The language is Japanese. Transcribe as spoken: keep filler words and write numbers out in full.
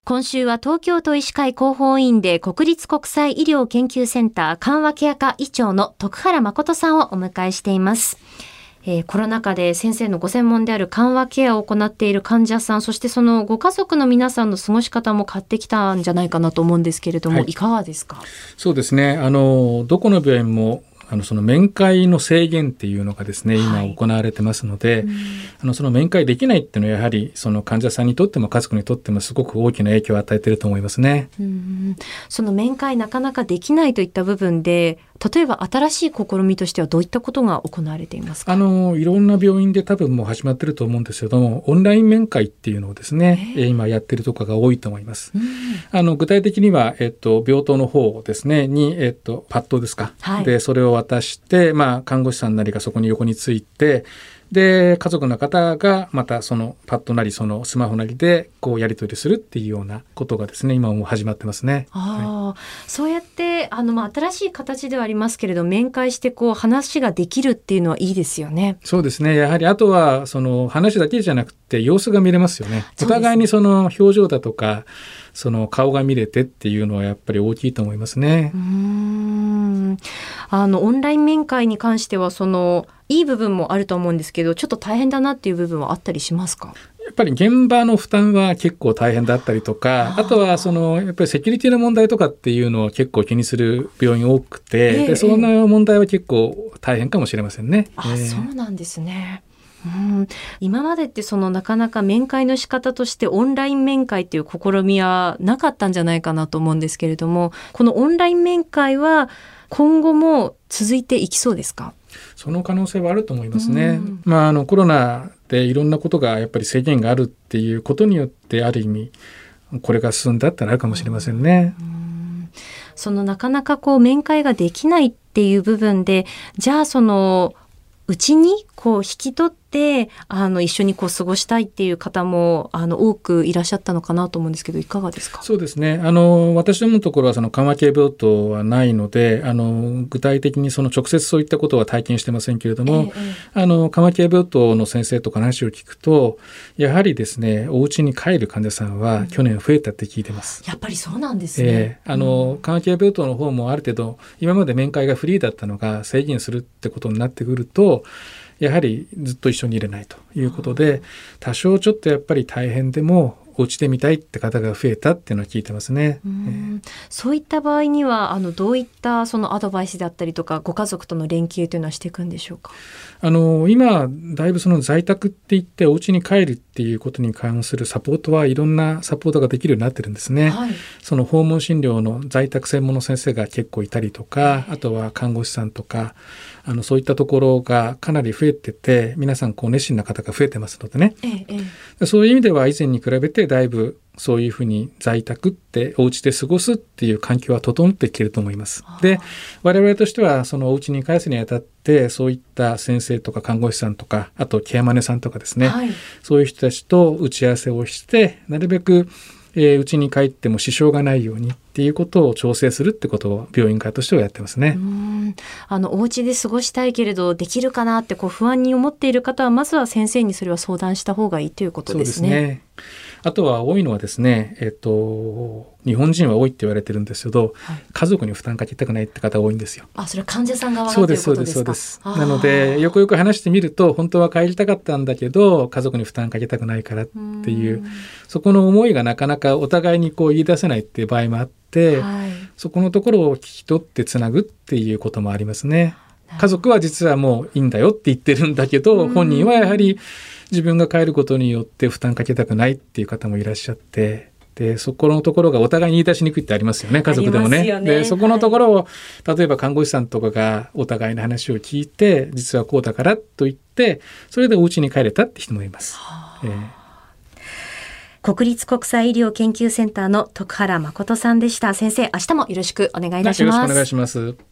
今週は東京都医師会広報委員で国立国際医療研究センター緩和ケア科医長の徳原誠さんをお迎えしています。えー、コロナ禍で先生のご専門である緩和ケアを行っている患者さん、そしてそのご家族の皆さんの過ごし方も変わってきたんじゃないかなと思うんですけれども、はい、いかがですか？ そうですね、あのどこの病院もあのその面会の制限っていうのがですね、今行われてますので、はい、あのその面会できないっていうのはやはりその患者さんにとっても家族にとってもすごく大きな影響を与えていると思いますね。 うん、その面会なかなかできないといった部分で、例えば新しい試みとしてはどういったことが行われていますか？ あのいろんな病院で多分もう始まってると思うんですけども、オンライン面会っていうのをですね、えー、今やってるところが多いと思います。うん、あの具体的には、えっと、病棟の方ですねに、えっと、パッドですか、はい、でそれを渡して、まあ、看護師さんなりがそこに横について、で家族の方がまたそのパッドなりそのスマホなりでこうやり取りするっていうようなことがですね、今もう始まってますね。 あ、はい、そうやってあの、まあ、新しい形ではありますけれど、面会してこう話ができるっていうのはいいですよね。 そうですね、やはりあとはその話だけじゃなくて様子が見れますよね。お互いにその表情だとかその顔が見れてっていうのはやっぱり大きいと思いますね。 うーん、あのオンライン面会に関してはそのいい部分もあると思うんですけど、ちょっと大変だなっていう部分はあったりしますか？ やっぱり現場の負担は結構大変だったりとか、あ, あとはそのやっぱりセキュリティの問題とかっていうのを結構気にする病院多くて、えー、でそんな問題は結構大変かもしれませんね。 あ、えー、そうなんですね。うん、今までってそのなかなか面会の仕方としてオンライン面会っていう試みはなかったんじゃないかなと思うんですけれども、このオンライン面会は今後も続いていきそうですか？ その可能性はあると思いますね。まあ、あのコロナでいろんなことがやっぱり制限があるっていうことによってある意味これが進んだってなるかもしれませんね。 うん、そのなかなかこう面会ができないっていう部分で、じゃあそのうちにこう引き取ってあの一緒にこう過ごしたいっていう方もあの多くいらっしゃったのかなと思うんですけど、いかがですか？ そうですね、あの私どものところはその緩和系病棟はないので、あの具体的にその直接そういったことは体験してませんけれども、ええ、あの緩和系病棟の先生とか話を聞くと、やはりですね、お家に帰る患者さんは去年増えたって聞いてます。 うん、やっぱりそうなんですね。 えー、あの緩和系病棟の方もある程度今まで面会がフリーだったのが制限するってことになってくると、やはりずっと一緒にいれないということで、多少ちょっとやっぱり大変でもお家で見たいって方が増えたっていうのは聞いてますね。 うん、えー、そういった場合にはあのどういったそのアドバイスだったりとかご家族との連携というのはしていくんでしょうか？ あの今だいぶその在宅っていってお家に帰るっていうことに関するサポートはいろんなサポートができるようになってるんですね。はい、その訪問診療の在宅専門の先生が結構いたりとか、あとは看護師さんとか、あのそういったところがかなり増えてて、皆さんこう熱心な方が増えてますのでね、ええ、そういう意味では以前に比べてだいぶそういうふうに在宅ってお家で過ごすっていう環境は整ってきていると思います。で、我々としてはそのお家に帰すにあたってそういった先生とか看護師さんとか、あとケアマネさんとかですね、はい、そういう人たちと打ち合わせをして、なるべくえー、家に帰っても支障がないようにっていうことを調整するってことを病院側としてはやってますね。 うーん、あのお家で過ごしたいけれどできるかなってこう不安に思っている方は、まずは先生にそれは相談した方がいいということですね。 そうですね。あとは多いのはですね、えっと、日本人は多いって言われてるんですけど、はい、家族に負担かけたくないって方多いんですよ。 あ、それは患者さん側がということですか？そうです、そうです、 そうです。なのでよくよく話してみると、本当は帰りたかったんだけど家族に負担かけたくないからっていう、うそこの思いがなかなかお互いにこう言い出せないっていう場合もあって、はい、そこのところを聞き取ってつなぐっていうこともありますね。家族は実はもういいんだよって言ってるんだけど、本人はやはり自分が帰ることによって負担かけたくないっていう方もいらっしゃって、でそこのところがお互いに言い出しにくいってありますよね、家族でも ね, ねでそこのところを、はい、例えば看護師さんとかがお互いの話を聞いて、実はこうだからと言ってそれでお家に帰れたって人もいます。はあ、えー、国立国際医療研究センターの徳原誠さんでした。先生、明日もよろしくお願いいたします。 よろしくお願いします。